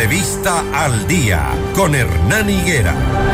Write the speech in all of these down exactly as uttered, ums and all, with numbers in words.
Entrevista al Día con Hernán Higuera.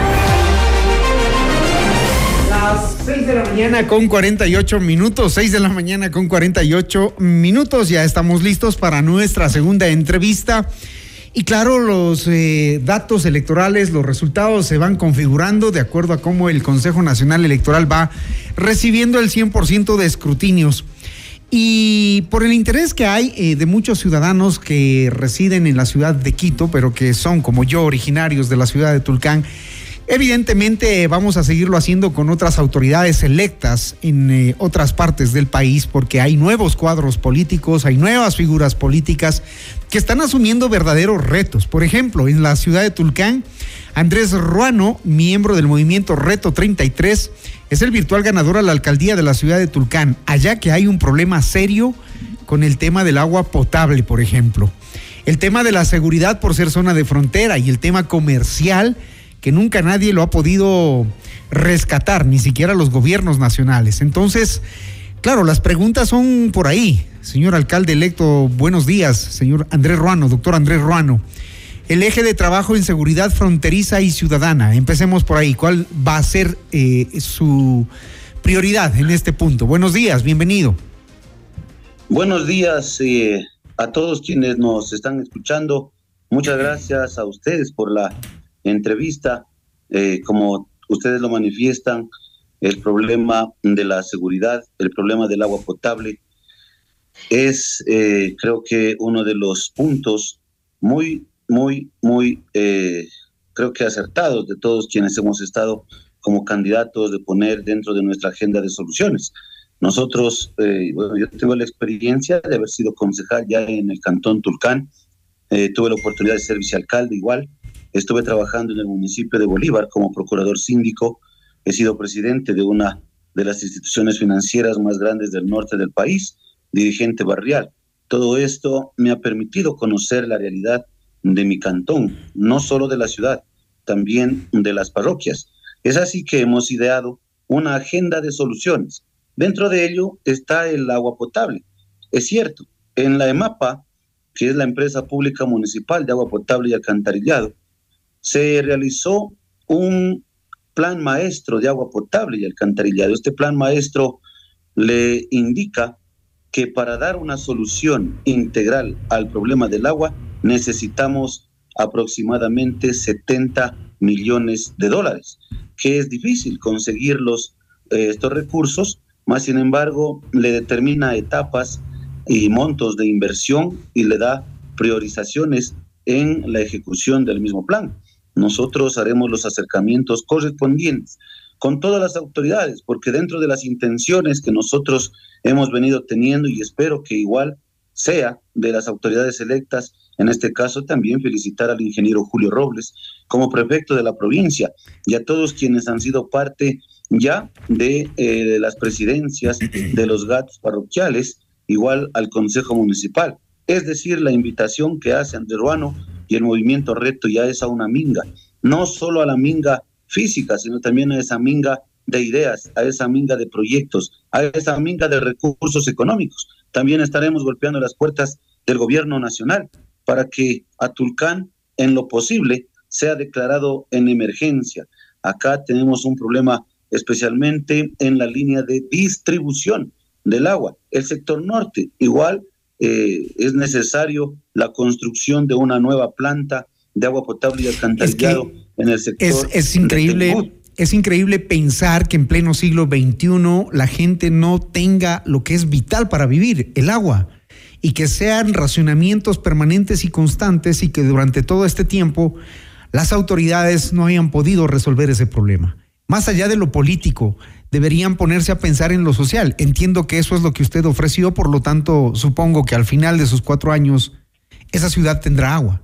Las seis de la mañana con cuarenta y ocho minutos, seis de la mañana con cuarenta y ocho minutos, ya estamos listos para nuestra segunda entrevista. Y claro, los eh, datos electorales, los resultados se van configurando de acuerdo a cómo el Consejo Nacional Electoral va recibiendo el cien por ciento de escrutinios. Y por el interés que hay eh, de muchos ciudadanos que residen en la ciudad de Quito, pero que son como yo originarios de la ciudad de Tulcán, evidentemente vamos a seguirlo haciendo con otras autoridades electas en eh, otras partes del país, porque hay nuevos cuadros políticos, hay nuevas figuras políticas que están asumiendo verdaderos retos. Por ejemplo, en la ciudad de Tulcán, Andrés Ruano, miembro del movimiento Reto treinta y tres, es el virtual ganador a la alcaldía de la ciudad de Tulcán, allá que hay un problema serio con el tema del agua potable, por ejemplo. El tema de la seguridad por ser zona de frontera y el tema comercial, que nunca nadie lo ha podido rescatar, ni siquiera los gobiernos nacionales. Entonces, claro, las preguntas son por ahí. Señor alcalde electo, buenos días, señor Andrés Ruano, doctor Andrés Ruano. El eje de trabajo en seguridad fronteriza y ciudadana, empecemos por ahí. ¿Cuál va a ser eh, su prioridad en este punto? Buenos días, bienvenido. Buenos días eh, a todos quienes nos están escuchando. Muchas gracias a ustedes por la entrevista. Eh, como ustedes lo manifiestan, el problema de la seguridad, el problema del agua potable es eh, creo que uno de los puntos muy, muy, muy eh, creo que acertados de todos quienes hemos estado como candidatos de poner dentro de nuestra agenda de soluciones. Nosotros, eh, bueno, yo tengo la experiencia de haber sido concejal ya en el Cantón Tulcán, eh, tuve la oportunidad de ser vicealcalde igual. Estuve trabajando en el municipio de Bolívar como procurador síndico. He sido presidente de una de las instituciones financieras más grandes del norte del país, dirigente barrial. Todo esto me ha permitido conocer la realidad de mi cantón, no solo de la ciudad, también de las parroquias. Es así que hemos ideado una agenda de soluciones. Dentro de ello está el agua potable. Es cierto, en la EMAPA, que es la empresa pública municipal de agua potable y alcantarillado, se realizó un plan maestro de agua potable y alcantarillado. Este plan maestro le indica que para dar una solución integral al problema del agua necesitamos aproximadamente setenta millones de dólares, que es difícil conseguirlos eh, estos recursos, más sin embargo le determina etapas y montos de inversión y le da priorizaciones en la ejecución del mismo plan. Nosotros haremos los acercamientos correspondientes con todas las autoridades, porque dentro de las intenciones que nosotros hemos venido teniendo, y espero que igual sea de las autoridades electas, en este caso también felicitar al ingeniero Julio Robles como prefecto de la provincia y a todos quienes han sido parte ya de, eh, de las presidencias de los gatos parroquiales, igual al Consejo Municipal. Es decir, la invitación que hace Andrés Ruano y el movimiento Reto ya es a una minga, no solo a la minga física, sino también a esa minga de ideas, a esa minga de proyectos, a esa minga de recursos económicos. También estaremos golpeando las puertas del gobierno nacional para que a Tulcán, en lo posible, sea declarado en emergencia. Acá tenemos un problema especialmente en la línea de distribución del agua. El sector norte, igual, Eh, es necesario la construcción de una nueva planta de agua potable y alcantarillado es en el sector. Es, es increíble, es increíble pensar que en pleno siglo veintiuno la gente no tenga lo que es vital para vivir, el agua, y que sean racionamientos permanentes y constantes, y que durante todo este tiempo las autoridades no hayan podido resolver ese problema. Más allá de lo político, deberían ponerse a pensar en lo social. Entiendo que eso es lo que usted ofreció, por lo tanto, supongo que al final de sus cuatro años, esa ciudad tendrá agua.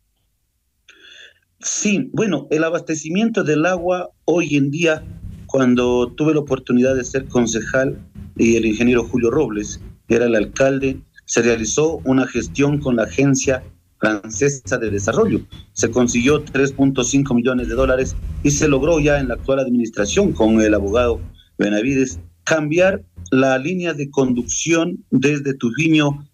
Sí, bueno, el abastecimiento del agua hoy en día, cuando tuve la oportunidad de ser concejal y el ingeniero Julio Robles era el alcalde, se realizó una gestión con la Agencia Francesa de Desarrollo. Se consiguió tres punto cinco millones de dólares y se logró ya en la actual administración con el abogado Benavides cambiar la línea de conducción desde Tujuño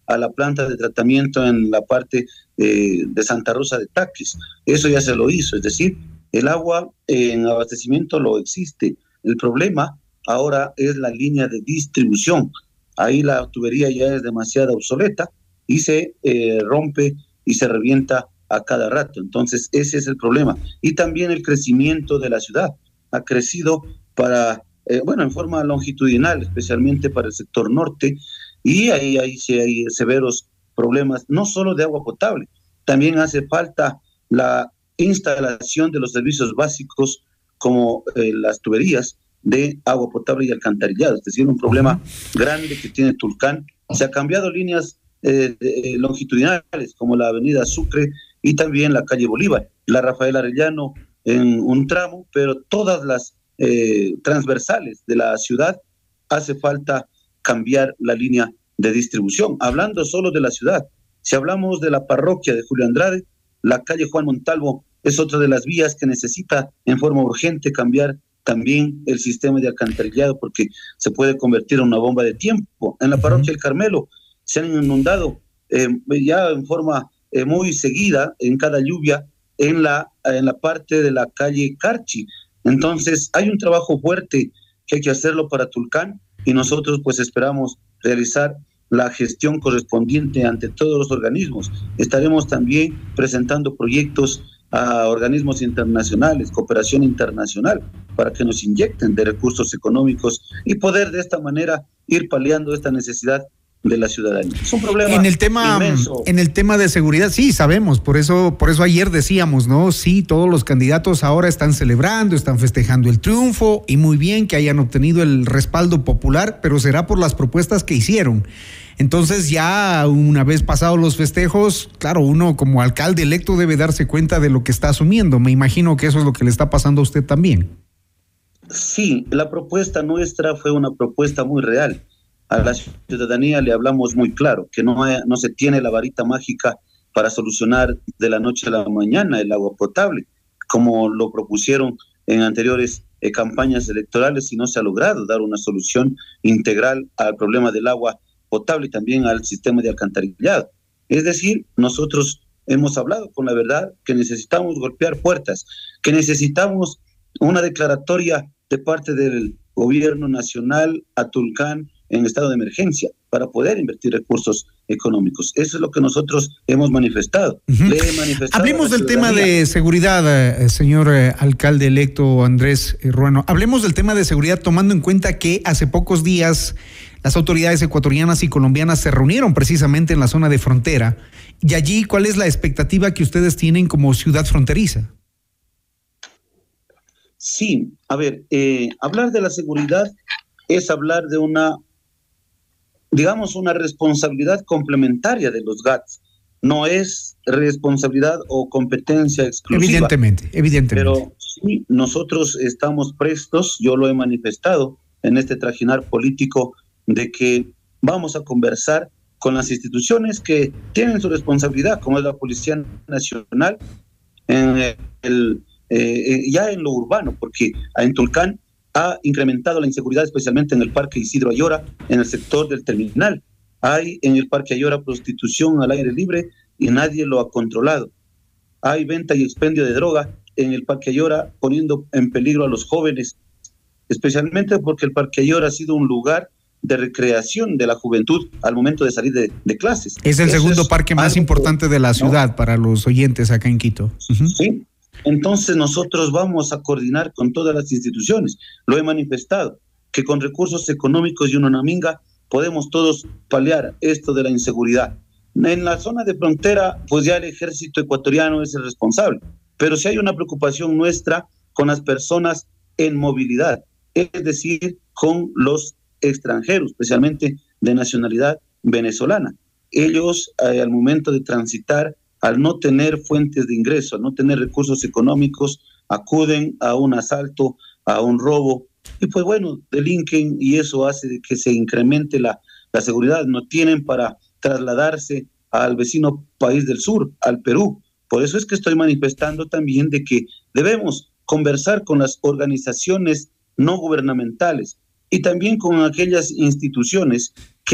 a la planta de tratamiento en la parte eh, de Santa Rosa de Taques. Eso ya se lo hizo, es decir, el agua en abastecimiento lo existe. El problema ahora es la línea de distribución. Ahí la tubería ya es demasiado obsoleta y se eh, rompe y se revienta a cada rato. Entonces ese es el problema. Y también el crecimiento de la ciudad. Ha crecido para, eh, bueno, en forma longitudinal, especialmente para el sector norte, y ahí, ahí sí hay severos problemas, no solo de agua potable, también hace falta la instalación de los servicios básicos como eh, las tuberías de agua potable y alcantarillado, es decir, un problema grande que tiene Tulcán. Se han cambiado líneas eh, eh, longitudinales como la avenida Sucre y también la calle Bolívar, la Rafael Arellano en un tramo, pero todas las eh, transversales de la ciudad hace falta cambiar la línea de distribución. Hablando solo de la ciudad, si hablamos de la parroquia de Julio Andrade, la calle Juan Montalvo es otra de las vías que necesita en forma urgente cambiar también el sistema de alcantarillado, porque se puede convertir en una bomba de tiempo. En la parroquia del Carmelo se han inundado eh, ya en forma eh, muy seguida, en cada lluvia, en la, en la parte de la calle Carchi. Entonces hay un trabajo fuerte que hay que hacerlo para Tulcán, y nosotros pues esperamos realizar la gestión correspondiente ante todos los organismos. Estaremos también presentando proyectos a organismos internacionales, cooperación internacional, para que nos inyecten de recursos económicos y poder de esta manera ir paliando esta necesidad de la ciudadanía. Es un problema en el tema inmenso. En el tema de seguridad, sí, sabemos, por eso, por eso ayer decíamos, ¿no? Sí, todos los candidatos ahora están celebrando, están festejando el triunfo, y muy bien que hayan obtenido el respaldo popular, pero será por las propuestas que hicieron. Entonces, ya una vez pasados los festejos, claro, uno como alcalde electo debe darse cuenta de lo que está asumiendo. Me imagino que eso es lo que le está pasando a usted también. Sí, la propuesta nuestra fue una propuesta muy real. A la ciudadanía le hablamos muy claro, que no, hay, no se tiene la varita mágica para solucionar de la noche a la mañana el agua potable, como lo propusieron en anteriores eh, campañas electorales, y no se ha logrado dar una solución integral al problema del agua potable y también al sistema de alcantarillado. Es decir, nosotros hemos hablado con la verdad que necesitamos golpear puertas, que necesitamos una declaratoria de parte del gobierno nacional a Tulcán en estado de emergencia para poder invertir recursos económicos. Eso es lo que nosotros hemos manifestado. Uh-huh. Le he manifestado. Hablemos del tema de seguridad, eh, señor eh, alcalde electo Andrés eh, Ruano. Hablemos del tema de seguridad, tomando en cuenta que hace pocos días las autoridades ecuatorianas y colombianas se reunieron precisamente en la zona de frontera. Y allí, ¿cuál es la expectativa que ustedes tienen como ciudad fronteriza? Sí, a ver, eh, hablar de la seguridad es hablar de una, digamos, una responsabilidad complementaria de los G A T S. No es responsabilidad o competencia exclusiva. Evidentemente, evidentemente. Pero sí, nosotros estamos prestos, yo lo he manifestado en este trajinar político, de que vamos a conversar con las instituciones que tienen su responsabilidad, como es la Policía Nacional, en el, eh, ya en lo urbano, porque en Tulcán ha incrementado la inseguridad, especialmente en el Parque Isidro Ayora, en el sector del terminal. Hay en el Parque Ayora prostitución al aire libre y nadie lo ha controlado. Hay venta y expendio de droga en el Parque Ayora, poniendo en peligro a los jóvenes, especialmente porque el Parque Ayora ha sido un lugar de recreación de la juventud al momento de salir de, de clases. Es el Eso segundo es parque más importante de la ciudad, ¿no?, para los oyentes acá en Quito. Uh-huh. Sí, entonces nosotros vamos a coordinar con todas las instituciones. Lo he manifestado, que con recursos económicos y una naminga podemos todos paliar esto de la inseguridad. En la zona de frontera, pues ya el ejército ecuatoriano es el responsable, pero si hay una preocupación nuestra con las personas en movilidad, es decir, con los extranjeros, especialmente de nacionalidad venezolana. Ellos, eh, al momento de transitar, al no tener fuentes de ingreso, al no tener recursos económicos, acuden a un asalto, a un robo, y pues bueno, delinquen, y eso hace que se incremente la, la seguridad. No tienen para trasladarse al vecino país del sur, al Perú. Por eso es que estoy manifestando también de que debemos conversar con las organizaciones no gubernamentales y también con aquellas instituciones que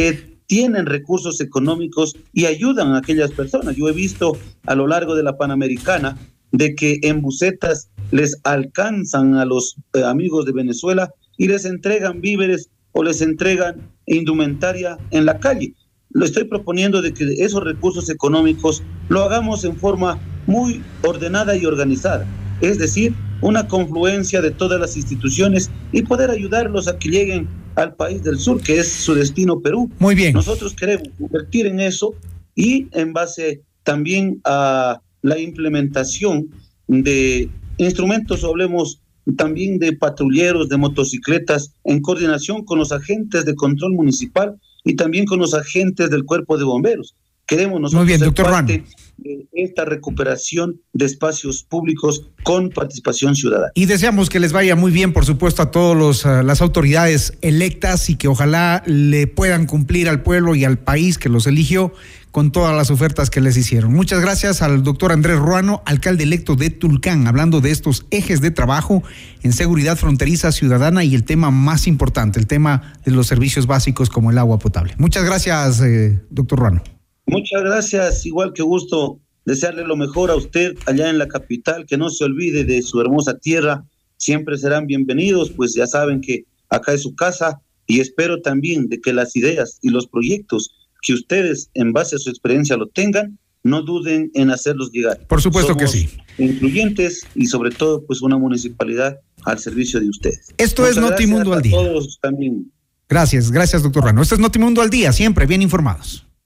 tienen recursos económicos y ayudan a aquellas personas. Yo he visto a lo largo de la Panamericana de que en busetas les alcanzan a los eh, amigos de Venezuela y les entregan víveres o les entregan indumentaria en la calle. Lo estoy proponiendo de que esos recursos económicos lo hagamos en forma muy ordenada y organizada, es decir, una confluencia de todas las instituciones y poder ayudarlos a que lleguen al país del sur, que es su destino, Perú. Muy bien. Nosotros queremos invertir en eso y en base también a la implementación de instrumentos, hablemos también de patrulleros, de motocicletas, en coordinación con los agentes de control municipal y también con los agentes del cuerpo de bomberos. Queremos nosotros Muy bien, ser doctor parte Ruano. de esta recuperación de espacios públicos con participación ciudadana. Y deseamos que les vaya muy bien, por supuesto, a todas uh, las autoridades electas y que ojalá le puedan cumplir al pueblo y al país que los eligió con todas las ofertas que les hicieron. Muchas gracias al doctor Andrés Ruano, alcalde electo de Tulcán, hablando de estos ejes de trabajo en seguridad fronteriza ciudadana y el tema más importante, el tema de los servicios básicos como el agua potable. Muchas gracias, eh, doctor Ruano. Muchas gracias, igual que gusto desearle lo mejor a usted allá en la capital, que no se olvide de su hermosa tierra, siempre serán bienvenidos, pues ya saben que acá es su casa y espero también de que las ideas y los proyectos que ustedes en base a su experiencia lo tengan, no duden en hacerlos llegar. Por supuesto Somos que sí. Incluyentes y sobre todo pues una municipalidad al servicio de ustedes. Esto Muchas es Notimundo al día. a todos también. Gracias, gracias doctor Ruano. Esto es Notimundo al día, siempre bien informados.